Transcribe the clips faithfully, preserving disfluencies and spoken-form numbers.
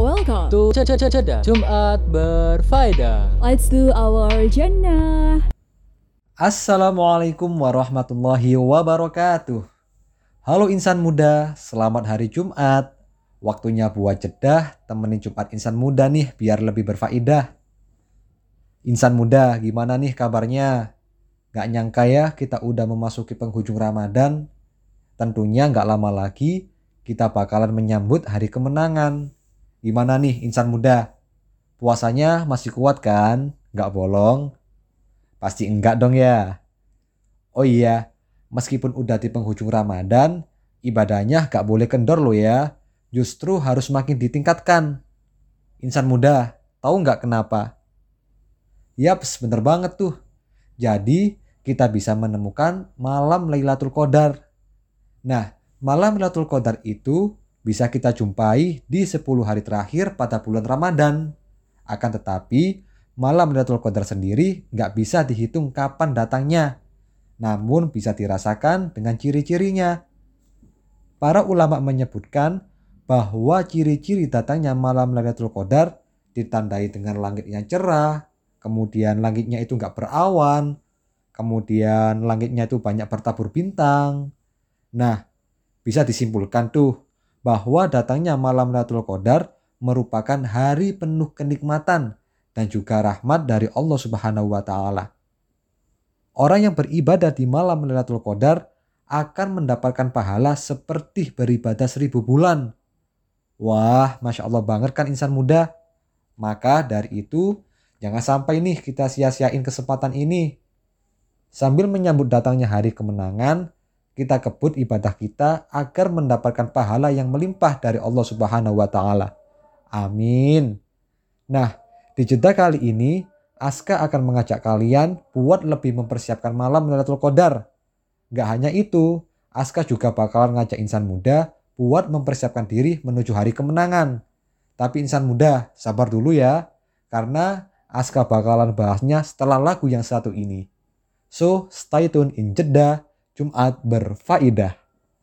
welcome to Ceda Jumat Berfaedah. Let's do our Jannah. Assalamualaikum warahmatullahi wabarakatuh. Halo insan muda, selamat hari Jumat. Waktunya buat jedah, temenin Jumat insan muda nih biar lebih berfaedah. Insan muda, gimana nih kabarnya? Gak nyangka ya kita udah memasuki penghujung Ramadan. Tentunya gak lama lagi kita bakalan menyambut hari kemenangan. Gimana nih insan muda? Puasanya masih kuat kan? Gak bolong? Pasti enggak dong ya. Oh iya, meskipun udah di penghujung Ramadan, ibadahnya gak boleh kendor loh ya. Justru harus makin ditingkatkan. Insan muda, tahu gak kenapa? Yaps, bener banget tuh. Jadi kita bisa menemukan malam Lailatul Qadar. Nah, malam Lailatul Qadar itu bisa kita jumpai di sepuluh hari terakhir pada bulan Ramadan. Akan tetapi, malam Lailatul Qadar sendiri nggak bisa dihitung kapan datangnya. Namun bisa dirasakan dengan ciri-cirinya. Para ulama menyebutkan bahwa ciri-ciri datangnya malam Lailatul Qadar ditandai dengan langit yang cerah, kemudian langitnya itu nggak berawan, kemudian langitnya itu banyak bertabur bintang. Nah, bisa disimpulkan tuh bahwa datangnya malam Lailatul Qadar merupakan hari penuh kenikmatan dan juga rahmat dari Allah Subhanahu wa taala. Orang yang beribadah di malam Lailatul Qadar akan mendapatkan pahala seperti beribadah seribu bulan. Wah, Masya Allah banget kan insan muda. Maka dari itu, jangan sampai nih kita sia-siain kesempatan ini. Sambil menyambut datangnya hari kemenangan, kita kebut ibadah kita agar mendapatkan pahala yang melimpah dari Allah Subhanahu wa taala. Amin. Nah, di jeda kali ini Aska akan mengajak kalian buat lebih mempersiapkan malam Lailatul Qadar. Gak hanya itu, Aska juga bakalan ngajak insan muda buat mempersiapkan diri menuju hari kemenangan. Tapi insan muda, sabar dulu ya, karena Aska bakalan bahasnya setelah lagu yang satu ini. So, stay tune in Jeddah Jumat Berfaedah.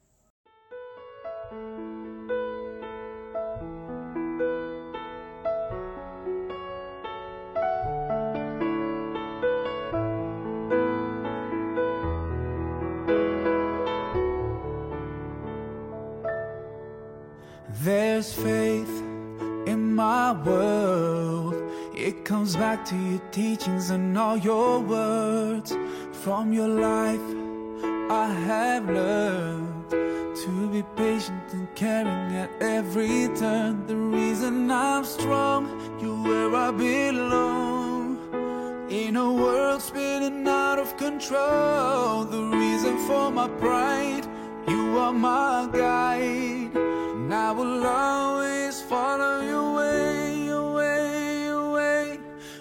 There's faith in my world. It comes back to your teachings and all your words. From your life I have learned to be patient and caring at every turn. The reason I'm strong, you're where I belong. In a world spinning out of control, the reason for my pride, you are my guide. And I will always follow your way, your way, your way.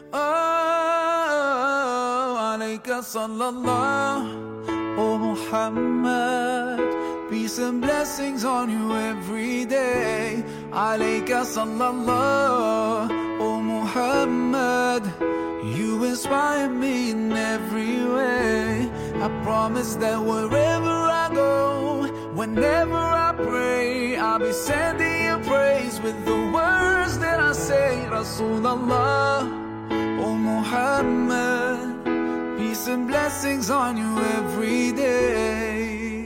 Oh, alayka sallallahu, oh Muhammad. Peace and blessings on you every day. Alayka sallallahu, oh Muhammad. You inspire me in every way. I promise that wherever I go, whenever I pray, I'll be sending you praise with the words that I say. Rasulullah, oh Muhammad. Peace and blessings on you every day.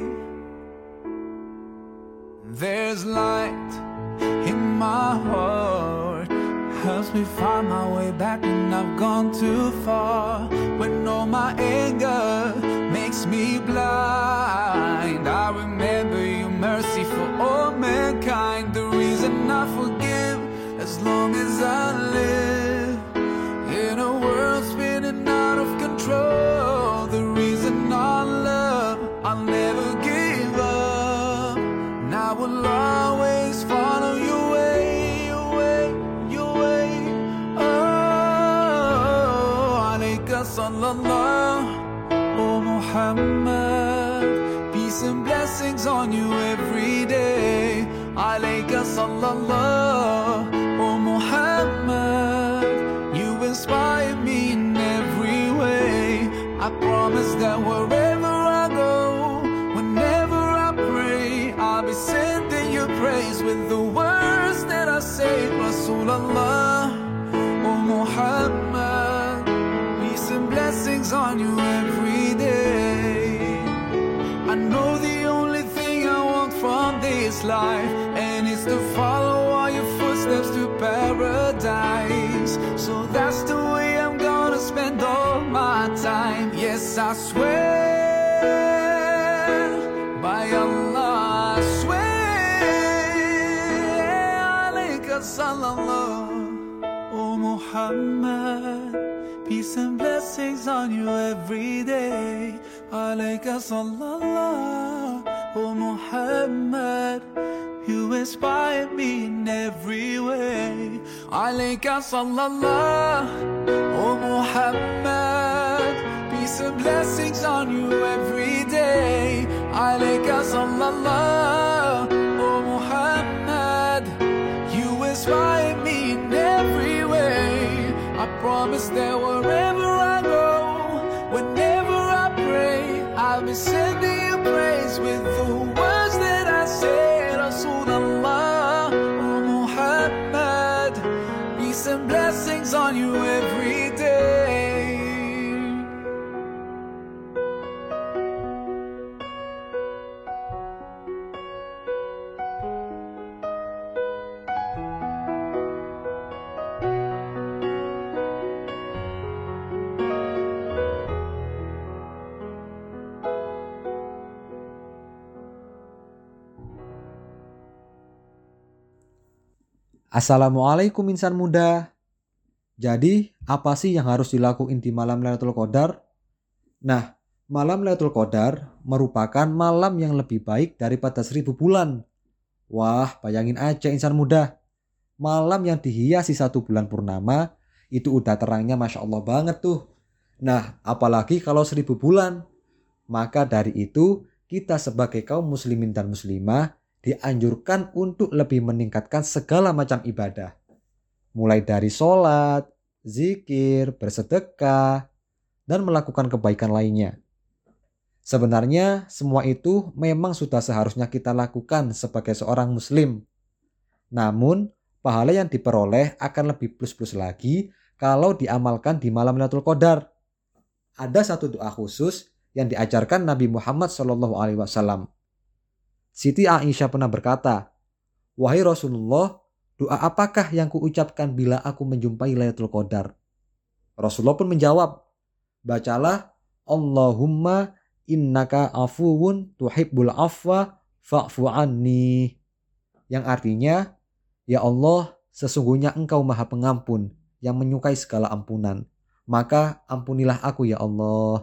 There's light in my heart, helps me find my way back when I've gone too far. When all my anger makes me blind, I remember your mercy for all mankind. The reason I forgive as long as I live. In a world spinning out of control, the reason I love, I'll never give up. And I will always follow your way, your way, your way. Oh, alayka sallallahu, oh Muhammad. Peace and blessings on you every day. Alayka sallallahu, oh Muhammad. You inspire me in every way. I promise that wherever I go, whenever I pray, I'll be sending you praise with the words that I say. Rasul Rasulallah, oh Muhammad, peace and blessings on you every day. I know the only thing I want from this life, and it's to follow all your footsteps to paradise. So that's the way I'm gonna spend all my time. Yes, I swear by Allah, I swear. Alayka sallallahu, oh Muhammad, peace and blessings on you every day. Alayka sallallahu, oh Muhammad, you inspire me in every way. Alayka sallallahu, oh Muhammad, peace and blessings on you every day. Alayka sallallahu, oh Muhammad, you inspire me in every way. I promise that wherever I go, whenever I pray, I'll be sending you praise with the words that I say. Rasulallah, oh Muhammad, peace and blessings on you every day. Assalamualaikum insan muda. Jadi, apa sih yang harus dilakuin di malam Lailatul Qadar? Nah, malam Lailatul Qadar merupakan malam yang lebih baik daripada seribu bulan. Wah, bayangin aja insan muda. Malam yang dihiasi satu bulan purnama, itu udah terangnya Masya Allah banget tuh. Nah, apalagi kalau seribu bulan. Maka dari itu, kita sebagai kaum muslimin dan muslimah dianjurkan untuk lebih meningkatkan segala macam ibadah. Mulai dari sholat, zikir, bersedekah, dan melakukan kebaikan lainnya. Sebenarnya semua itu memang sudah seharusnya kita lakukan sebagai seorang muslim. Namun, pahala yang diperoleh akan lebih plus-plus lagi kalau diamalkan di malam Lailatul Qadar. Ada satu doa khusus yang diajarkan Nabi Muhammad shallallahu alaihi wasallam. Siti Aisyah pernah berkata, "Wahai Rasulullah, doa apakah yang kuucapkan bila aku menjumpai Lailatul Qadar?" Rasulullah pun menjawab, "Bacalah Allahumma innaka afuwun tuhibbul afwa fa'fu anni." Yang artinya, "Ya Allah, sesungguhnya Engkau Maha Pengampun yang menyukai segala ampunan, maka ampunilah aku ya Allah."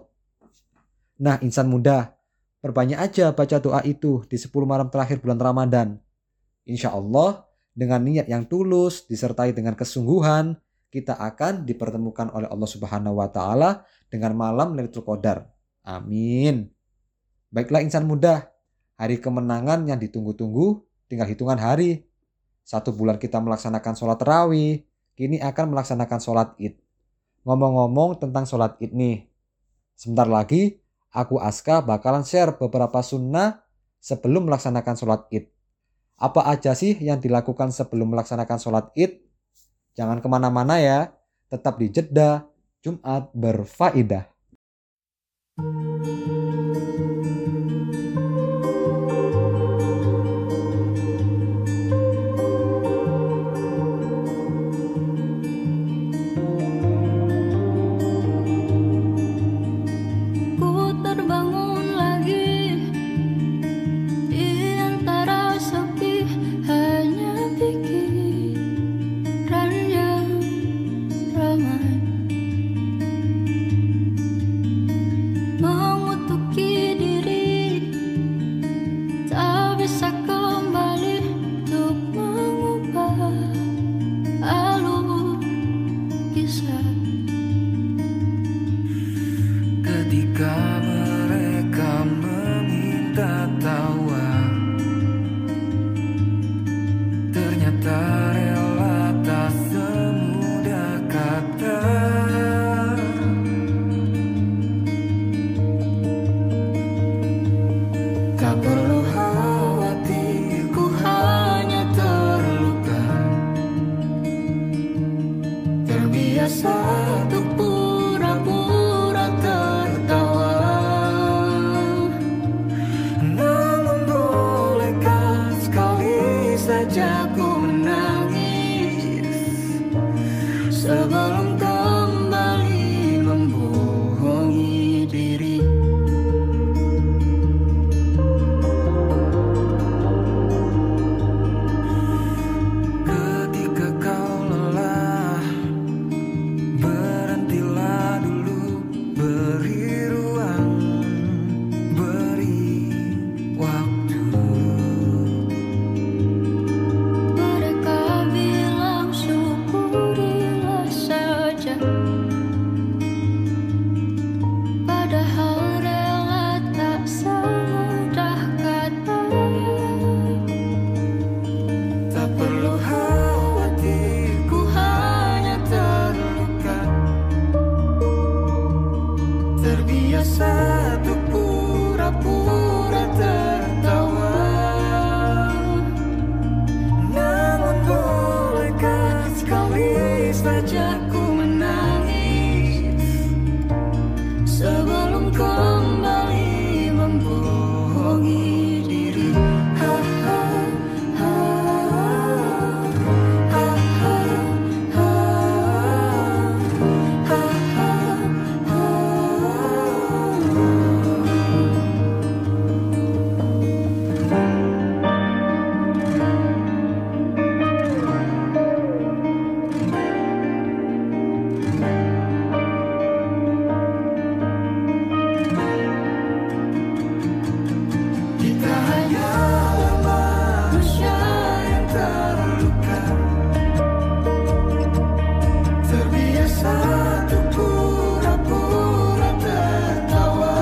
Nah, insan muda, perbanyak aja baca doa itu di sepuluh malam terakhir bulan Ramadan. Insya Allah, dengan niat yang tulus disertai dengan kesungguhan, kita akan dipertemukan oleh Allah Subhanahu wa Ta'ala dengan malam Lailatul Qadar. Amin. Baiklah insan muda, hari kemenangan yang ditunggu-tunggu tinggal hitungan hari. Satu bulan kita melaksanakan sholat tarawih, kini akan melaksanakan sholat id. Ngomong-ngomong tentang sholat id nih, sebentar lagi aku Aska bakalan share beberapa sunnah sebelum melaksanakan sholat id. Apa aja sih yang dilakukan sebelum melaksanakan sholat id? Jangan kemana-mana ya, tetap di Jeddah Jumat Berfaedah. Mengutuki saja ku menangis sebelum kembali membohongi diri. Ketika kau lelah, berhentilah dulu, beri ruang, beri waktu. Mereka bilang syukurilah saja, padahal rela tak semudah katanya. Tak perlu khawatir, ku hanya terluka, terbiasa untuk pura-pura tertawa. Namun bolehkah sekali saja ku menangis sebelum kembali membohongi diri. Ha, ha, ha, ha, ha, ha, ha, ha, ha. Kita hanyalah manusia yang terluka, terbiasa untuk pura-pura tertawa.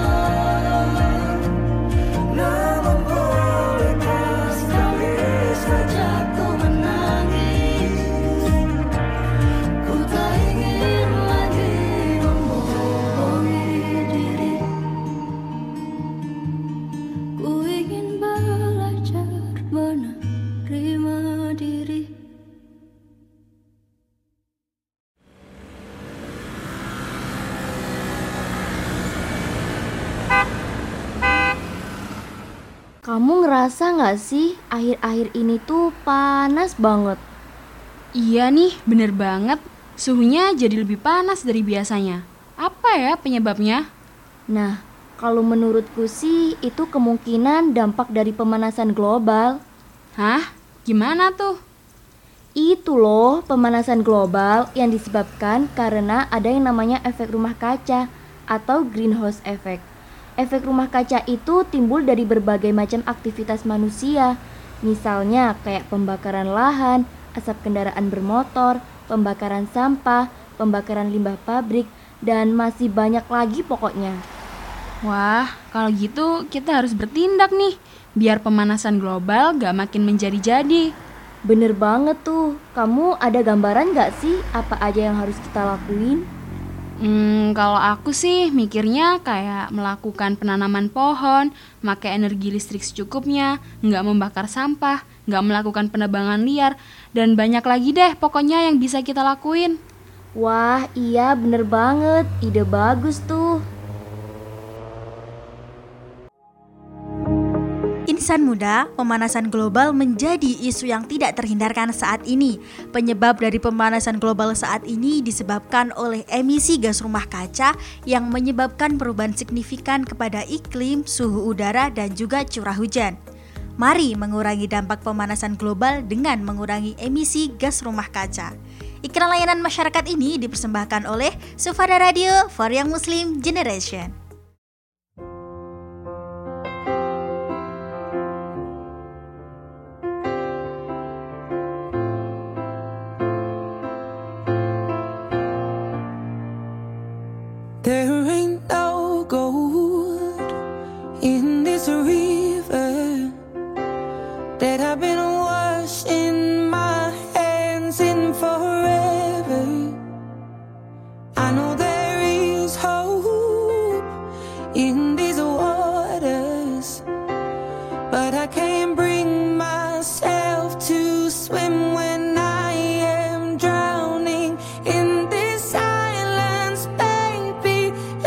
Namun bolehkah sekali saja ku menangis, ku tak ingin lagi membohongi diri. Ku ingin belajar menerima diri. Kamu ngerasa gak sih akhir-akhir ini tuh panas banget? Iya nih, bener banget. Suhunya jadi lebih panas dari biasanya. Apa ya penyebabnya? Nah, kalau menurutku sih itu kemungkinan dampak dari pemanasan global. Hah? Gimana tuh? Itu loh pemanasan global yang disebabkan karena ada yang namanya efek rumah kaca atau greenhouse effect. Efek rumah kaca itu timbul dari berbagai macam aktivitas manusia. Misalnya kayak pembakaran lahan, asap kendaraan bermotor, pembakaran sampah, pembakaran limbah pabrik, dan masih banyak lagi pokoknya. Wah, kalau gitu kita harus bertindak nih, biar pemanasan global gak makin menjadi-jadi. Bener banget tuh. Kamu ada gambaran gak sih apa aja yang harus kita lakuin? Hmm, kalau aku sih mikirnya kayak melakukan penanaman pohon, pakai energi listrik secukupnya, nggak membakar sampah, nggak melakukan penebangan liar, dan banyak lagi deh pokoknya yang bisa kita lakuin. Wah, iya bener banget. Ide bagus tuh. Insan muda, pemanasan global menjadi isu yang tidak terhindarkan saat ini. Penyebab dari pemanasan global saat ini disebabkan oleh emisi gas rumah kaca yang menyebabkan perubahan signifikan kepada iklim, suhu udara, dan juga curah hujan. Mari mengurangi dampak pemanasan global dengan mengurangi emisi gas rumah kaca. Iklan layanan masyarakat ini dipersembahkan oleh Sufada Radio for Young Muslim Generation. There ain't no gold in this river that I've been washing my hands in forever. I know there is hope in these waters, but I can't bring myself to swim when I am drowning in this silence, baby.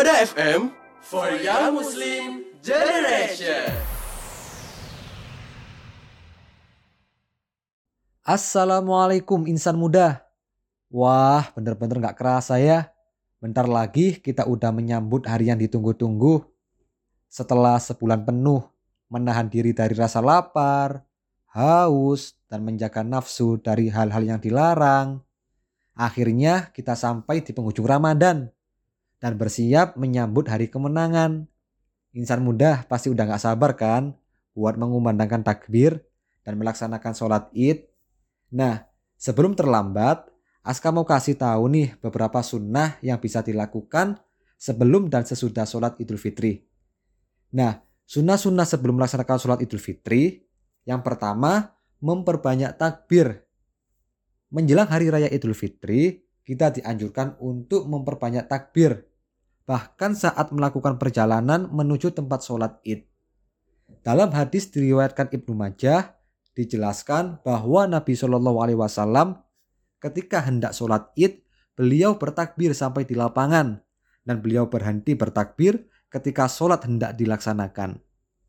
Sajadah F M for Young Muslim Generation. Assalamualaikum insan muda. Wah, bener-bener gak kerasa ya. Bentar lagi kita udah menyambut hari yang ditunggu-tunggu. Setelah sebulan penuh menahan diri dari rasa lapar, haus, dan menjaga nafsu dari hal-hal yang dilarang, akhirnya kita sampai di penghujung Ramadan dan bersiap menyambut hari kemenangan. Insan muda pasti udah gak sabar kan buat mengumandangkan takbir dan melaksanakan sholat id. Nah, sebelum terlambat, Aska mau kasih tahu nih beberapa sunnah yang bisa dilakukan sebelum dan sesudah sholat Idul Fitri. Nah, sunnah-sunnah sebelum melaksanakan sholat Idul Fitri, yang pertama, memperbanyak takbir. Menjelang hari raya Idul Fitri, kita dianjurkan untuk memperbanyak takbir, bahkan saat melakukan perjalanan menuju tempat sholat id. Dalam hadis diriwayatkan Ibnu Majah, dijelaskan bahwa Nabi Shallallahu Alaihi Wasallam ketika hendak sholat id, beliau bertakbir sampai di lapangan dan beliau berhenti bertakbir ketika sholat hendak dilaksanakan.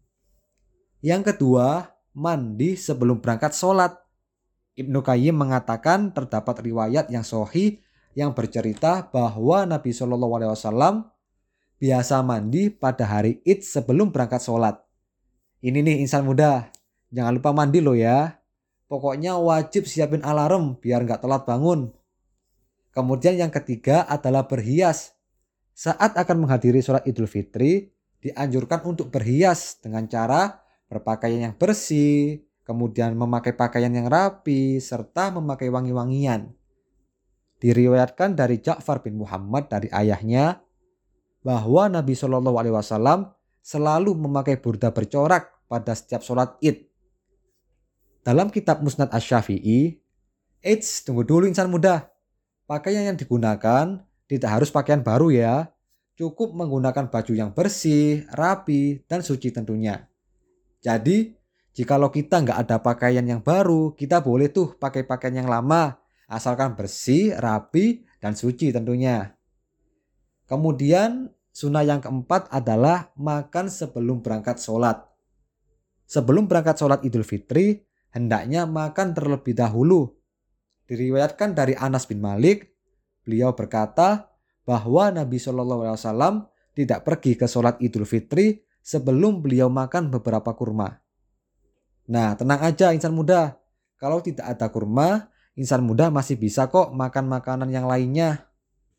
Yang kedua, mandi sebelum berangkat sholat. Ibnu Qayyim mengatakan terdapat riwayat yang sahih yang bercerita bahwa Nabi Shallallahu Alaihi Wasallam biasa mandi pada hari id sebelum berangkat sholat. Ini nih insan muda, jangan lupa mandi loh ya. Pokoknya wajib siapin alarm biar gak telat bangun. Kemudian yang ketiga adalah berhias. Saat akan menghadiri sholat Idul Fitri, dianjurkan untuk berhias dengan cara berpakaian yang bersih, kemudian memakai pakaian yang rapi, serta memakai wangi-wangian. Diriwayatkan dari Ja'far bin Muhammad dari ayahnya, bahwa Nabi Shallallahu Alaihi Wasallam selalu memakai burda bercorak pada setiap sholat id. Dalam kitab Musnad Asy-Syafi'i, eits, tunggu dulu insan muda. Pakaian yang digunakan tidak harus pakaian baru ya. Cukup menggunakan baju yang bersih, rapi, dan suci tentunya. Jadi, jikalau kita nggak ada pakaian yang baru, kita boleh tuh pakai pakaian yang lama. Asalkan bersih, rapi, dan suci tentunya. Kemudian, sunnah yang keempat adalah makan sebelum berangkat sholat. Sebelum berangkat sholat Idul Fitri, hendaknya makan terlebih dahulu. Diriwayatkan dari Anas bin Malik, beliau berkata bahwa Nabi Shallallahu Alaihi Wasallam tidak pergi ke sholat Idul Fitri sebelum beliau makan beberapa kurma. Nah, tenang aja insan muda, kalau tidak ada kurma, insan muda masih bisa kok makan makanan yang lainnya.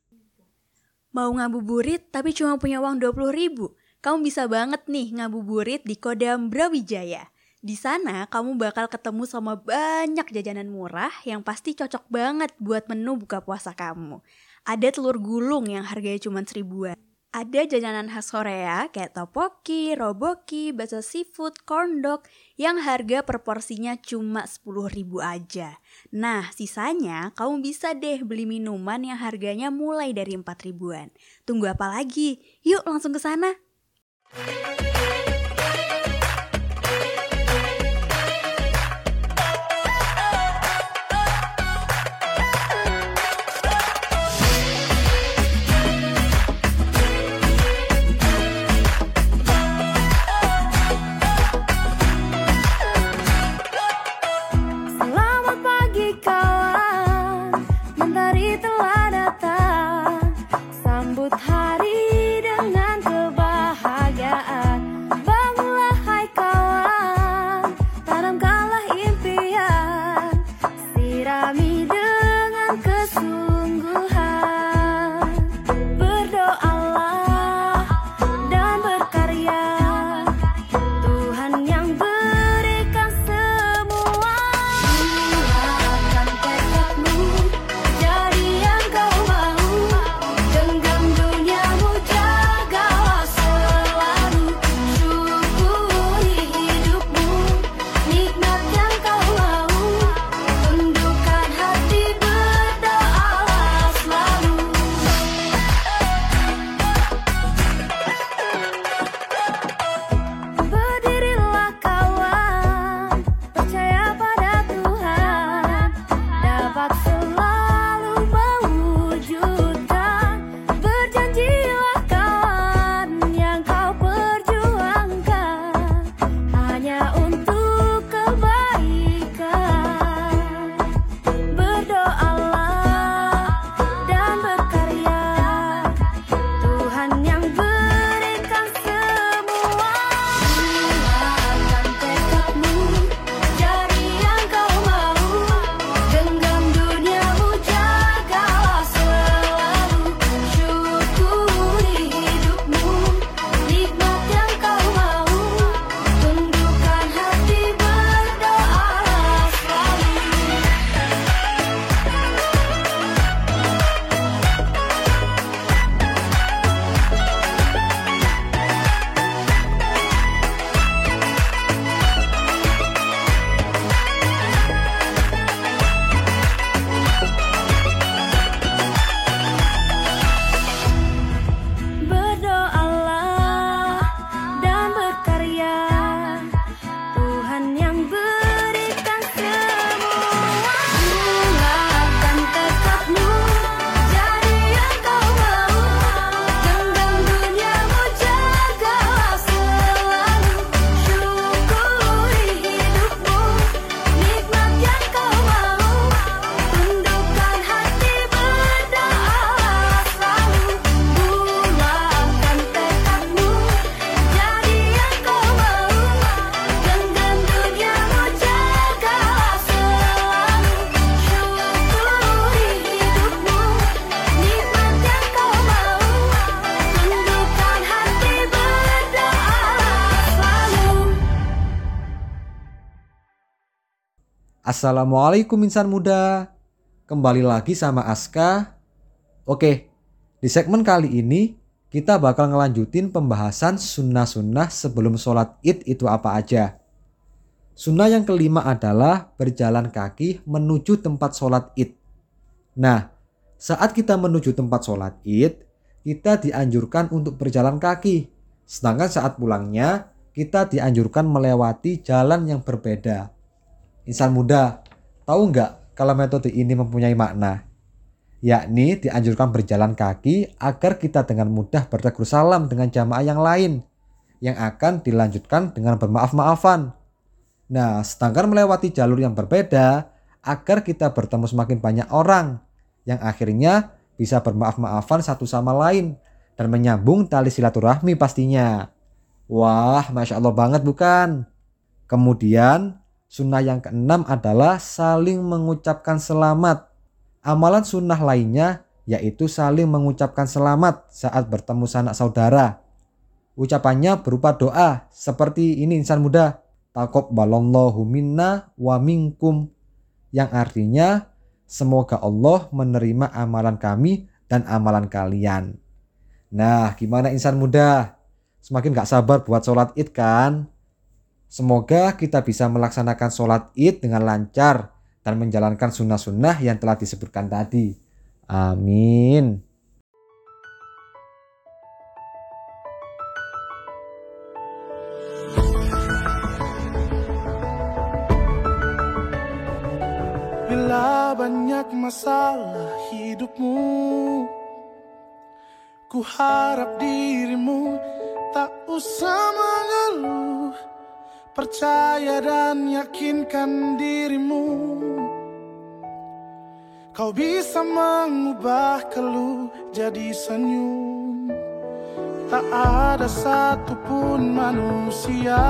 Mau ngabuburit tapi cuma punya uang dua puluh ribu? Kamu bisa banget nih ngabuburit di Kodam Brawijaya. Di sana kamu bakal ketemu sama banyak jajanan murah yang pasti cocok banget buat menu buka puasa kamu. Ada telur gulung yang harganya cuma seribuan. Ada jajanan khas Korea kayak tteokbokki, roboki, bakso seafood, corn dog yang harga per porsinya cuma sepuluh ribu aja. Nah, sisanya kamu bisa deh beli minuman yang harganya mulai dari empat ribuan. Tunggu apa lagi? Yuk langsung ke sana. Sambut hari dengan kebahagiaan. Assalamualaikum insan muda. Kembali lagi sama Aska. Oke, di segmen kali ini kita bakal ngelanjutin pembahasan sunnah-sunnah sebelum sholat id itu apa aja. Sunnah yang kelima adalah berjalan kaki menuju tempat sholat id. Nah, saat kita menuju tempat sholat id, kita dianjurkan untuk berjalan kaki. Sedangkan saat pulangnya, kita dianjurkan melewati jalan yang berbeda. Insan muda, tahu nggak kalau metode ini mempunyai makna? Yakni dianjurkan berjalan kaki agar kita dengan mudah bertegur salam dengan jamaah yang lain yang akan dilanjutkan dengan bermaaf-maafan. Nah, sedangkan melewati jalur yang berbeda agar kita bertemu semakin banyak orang yang akhirnya bisa bermaaf-maafan satu sama lain dan menyambung tali silaturahmi pastinya. Wah, Masya Allah banget bukan? Kemudian sunnah yang keenam adalah saling mengucapkan selamat. Amalan sunnah lainnya yaitu saling mengucapkan selamat saat bertemu sanak saudara. Ucapannya berupa doa seperti ini insan muda. Taqabbalallahu minna wa minkum, yang artinya semoga Allah menerima amalan kami dan amalan kalian. Nah, gimana insan muda? Semakin gak sabar buat sholat id kan? Semoga kita bisa melaksanakan sholat id dengan lancar dan menjalankan sunnah-sunnah yang telah disebutkan tadi. Amin. Bila banyak masalah hidupmu, ku harap dirimu tak usah mengeluh. Percaya dan yakinkan dirimu, kau bisa mengubah keluh jadi senyum. Tak ada satupun manusia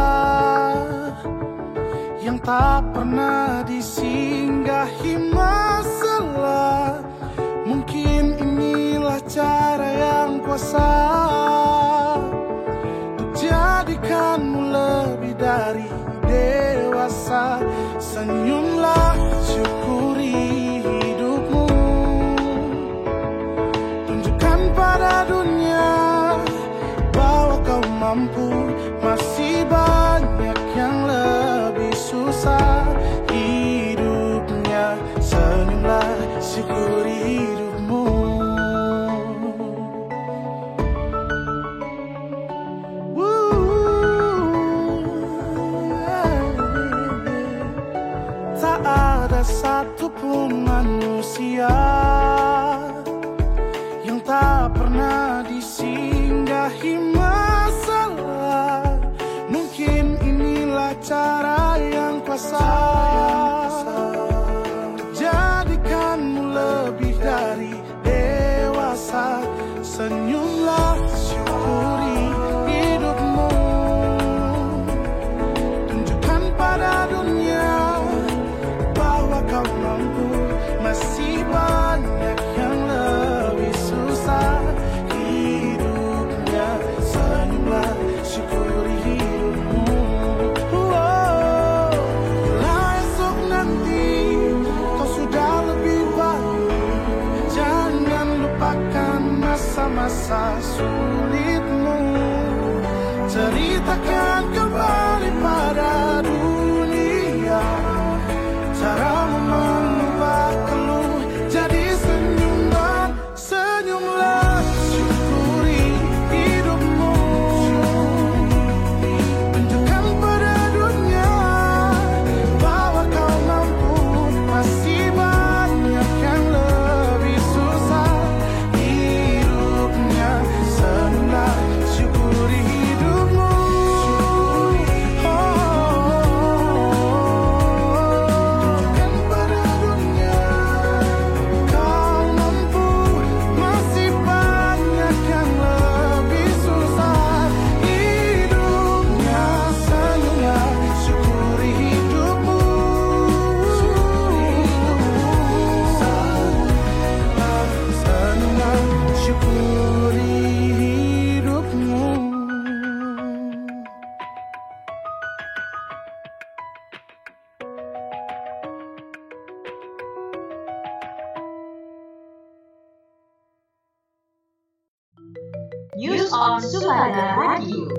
yang tak pernah disinggahi masalah. Mungkin inilah cara yang kuasa untuk jadikanmu lebih dari dewasa. Senyumlah, syukuri hidupmu, tunjukkan pada dunia bahwa kau mampu. Masih banyak yang lebih susah hidupnya. Senyumlah, syukuri hidupmu. Tak ada satupun manusia yang tak pernah disinggahi masalah. News on Sumada Radio.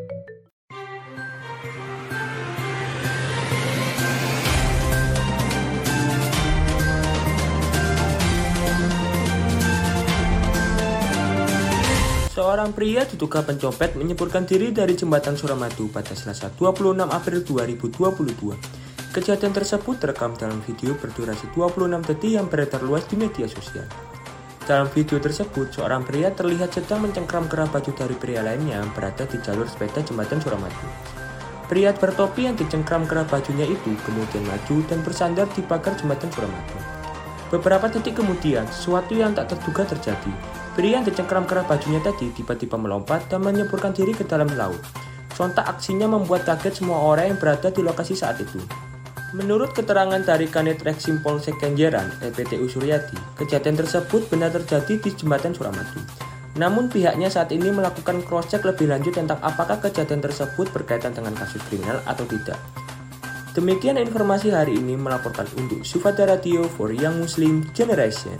Seorang pria diduga pencopet menyepurkan diri dari jembatan Suramadu pada Selasa dua puluh enam April dua ribu dua puluh dua. Kejadian tersebut terekam dalam video berdurasi dua puluh enam detik yang beredar luas di media sosial. Dalam video tersebut, seorang pria terlihat sedang mencengkram kerah baju dari pria lainnya yang berada di jalur sepeda jembatan Suramadu. Pria bertopi yang dicengkram kerah bajunya itu kemudian maju dan bersandar di pagar jembatan Suramadu. Beberapa detik kemudian, sesuatu yang tak terduga terjadi. Pria yang dicengkram kerah bajunya tadi tiba-tiba melompat dan menyepurkan diri ke dalam laut. Sontak aksinya membuat kaget semua orang yang berada di lokasi saat itu. Menurut keterangan dari Kanit Reskrim Polsek Kenjeran, E P T U Suryadi, kejadian tersebut benar terjadi di jembatan Suramadu. Namun pihaknya saat ini melakukan cross-check lebih lanjut tentang apakah kejadian tersebut berkaitan dengan kasus kriminal atau tidak. Demikian informasi hari ini melaporkan untuk Sumada Radio for Young Muslim Generation.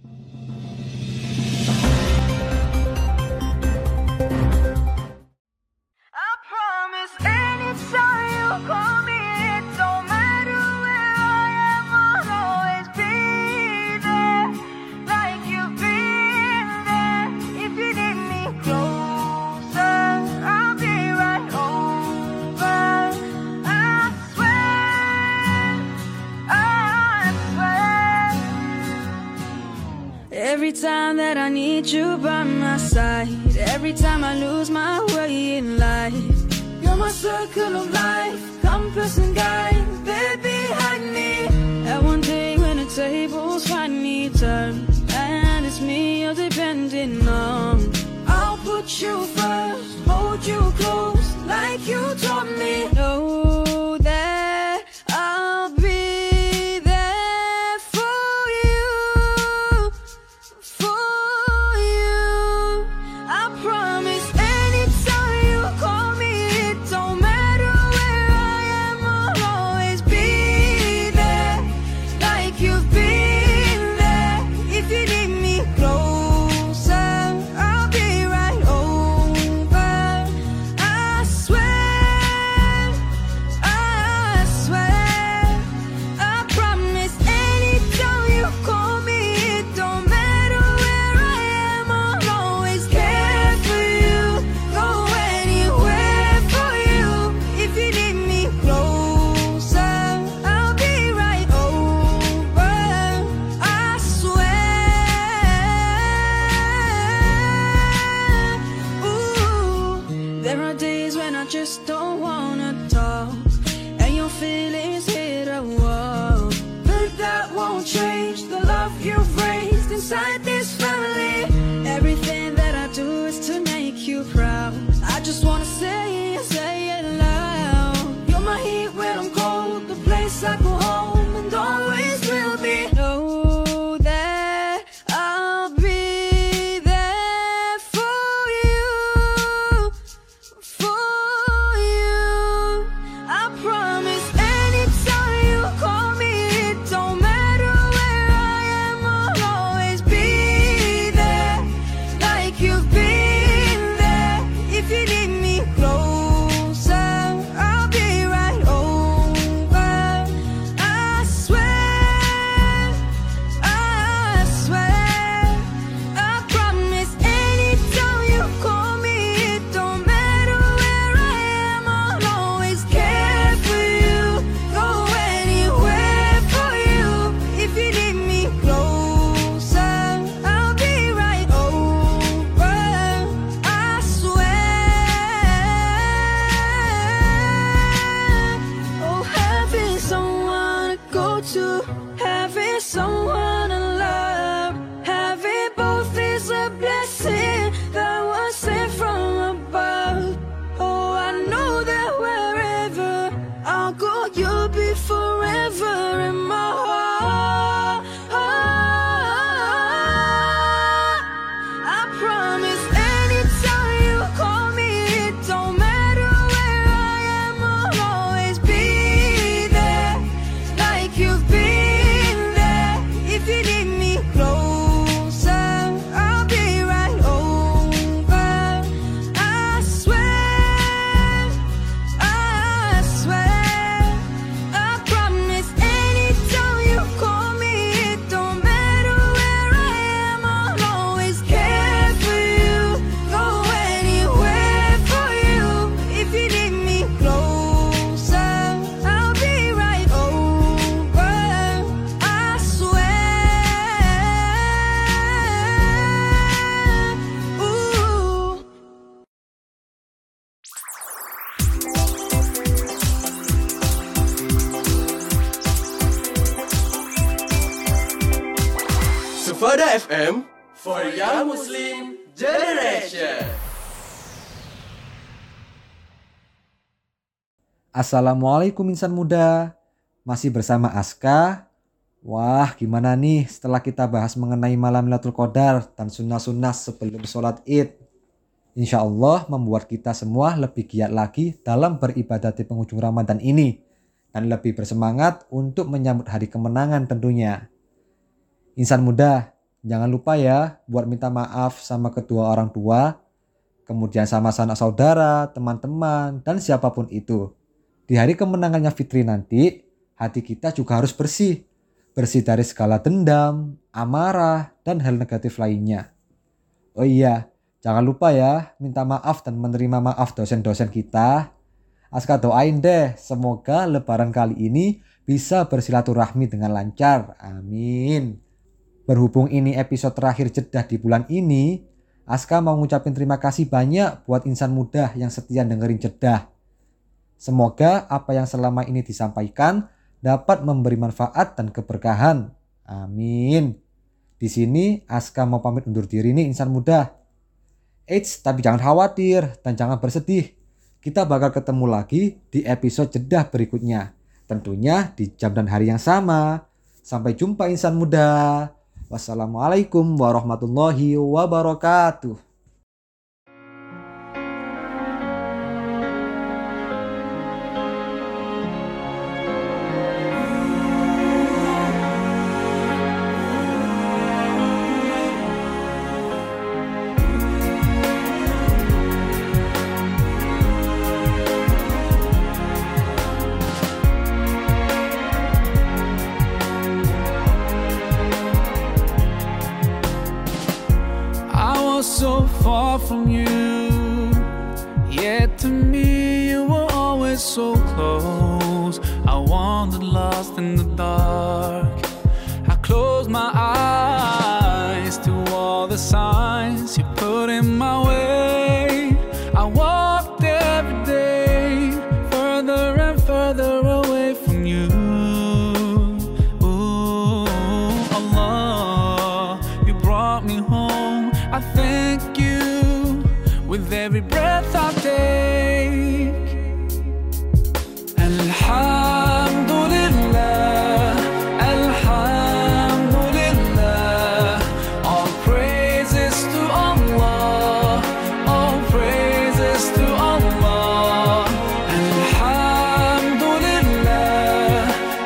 Every time that I need you by my side, every time I lose my way in life, you're my circle of life, compass and guide, baby, hide me. And one day when the tables finally turn, and it's me you're depending on, I'll put you first, hold you close, like you taught me. Know that I'll be there for you, for you. I promise anytime you call me, it don't matter where I am, I'll always be there, like you've been there. If you need me closer, I'll be right over. I swear, I swear, I promise anytime you call me, it don't matter where I am, I'll always care for you, go anywhere for you. If you need me closer, I'll be right over. I swear. Ooh, there are days when I just don't wanna talk, and your feelings hit a wall, but that won't change the love you've raised inside this family. Everything that I do is to make you proud. I just wanna say it, say it loud. You're my heat when I'm cold, the place I go home and always will be. Know that I'll be there for you, for you. I promise anytime you call me, it don't matter where I am, I'll always be there, like you've been there. If you need me closer, I'll be right over. I swear, I swear, I promise anytime you call me, it don't matter where I am, I'll always care for you, go anywhere for you. If you need me closer, I'll be right over. I swear. Oh, having someone to go to, having someone to love, having both is a blessing that was sent from above. Oh, I know that wherever I'll go, you'll be forever in my heart. I promise anytime you call me, it don't matter where I am, I'll always be there, like you've been there. If you need me closer, I'll be right over. Suara F M for Young Muslim Generation. Assalamualaikum insan muda. Masih bersama Aska. Wah, gimana nih setelah kita bahas mengenai malam Lailatul Qadar dan sunnah-sunnah sebelum sholat Id? Insya Allah membuat kita semua lebih giat lagi dalam beribadah di penghujung Ramadan ini dan lebih bersemangat untuk menyambut hari kemenangan tentunya. Insan muda, jangan lupa ya buat minta maaf sama kedua orang tua, kemudian sama sanak saudara, teman-teman, dan siapapun itu. Di hari kemenangannya Fitri nanti, hati kita juga harus bersih. Bersih dari segala dendam, amarah, dan hal negatif lainnya. Oh iya, jangan lupa ya minta maaf dan menerima maaf dosen-dosen kita. Aska doain deh, semoga lebaran kali ini bisa bersilaturahmi dengan lancar. Amin. Berhubung ini episode terakhir Jeddah di bulan ini, Aska mau ngucapin terima kasih banyak buat insan muda yang setia dengerin Jeddah. Semoga apa yang selama ini disampaikan dapat memberi manfaat dan keberkahan. Amin. Di sini Aska mau pamit undur diri nih insan muda. Eits, tapi jangan khawatir dan jangan bersedih. Kita bakal ketemu lagi di episode Jeddah berikutnya. Tentunya di jam dan hari yang sama. Sampai jumpa insan muda. Wassalamualaikum warahmatullahi wabarakatuh. So far from you, yet to me you were always so close. I wandered lost in the dark. I closed my eyes to all the signs you put in my way. I walked every day further and further away from you. Ooh, Allah, you brought me home. I thank you with every breath I take. Alhamdulillah, Alhamdulillah. All praises to Allah, all praises to Allah. Alhamdulillah,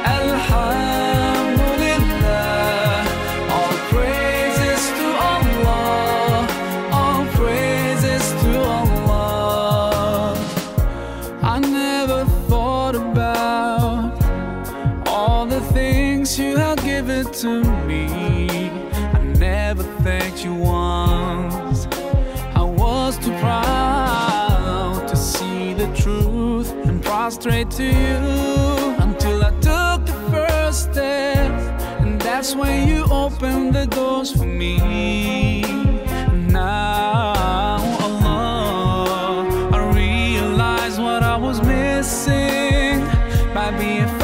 Alhamdulillah. All praises to Allah, all praises to Allah. I never thought about all the things you have given to me. I never thanked you once. I was too proud to see the truth and prostrate to you until I took the first step, and that's when you opened the doors for me. Now, Allah, I realize what I was missing by being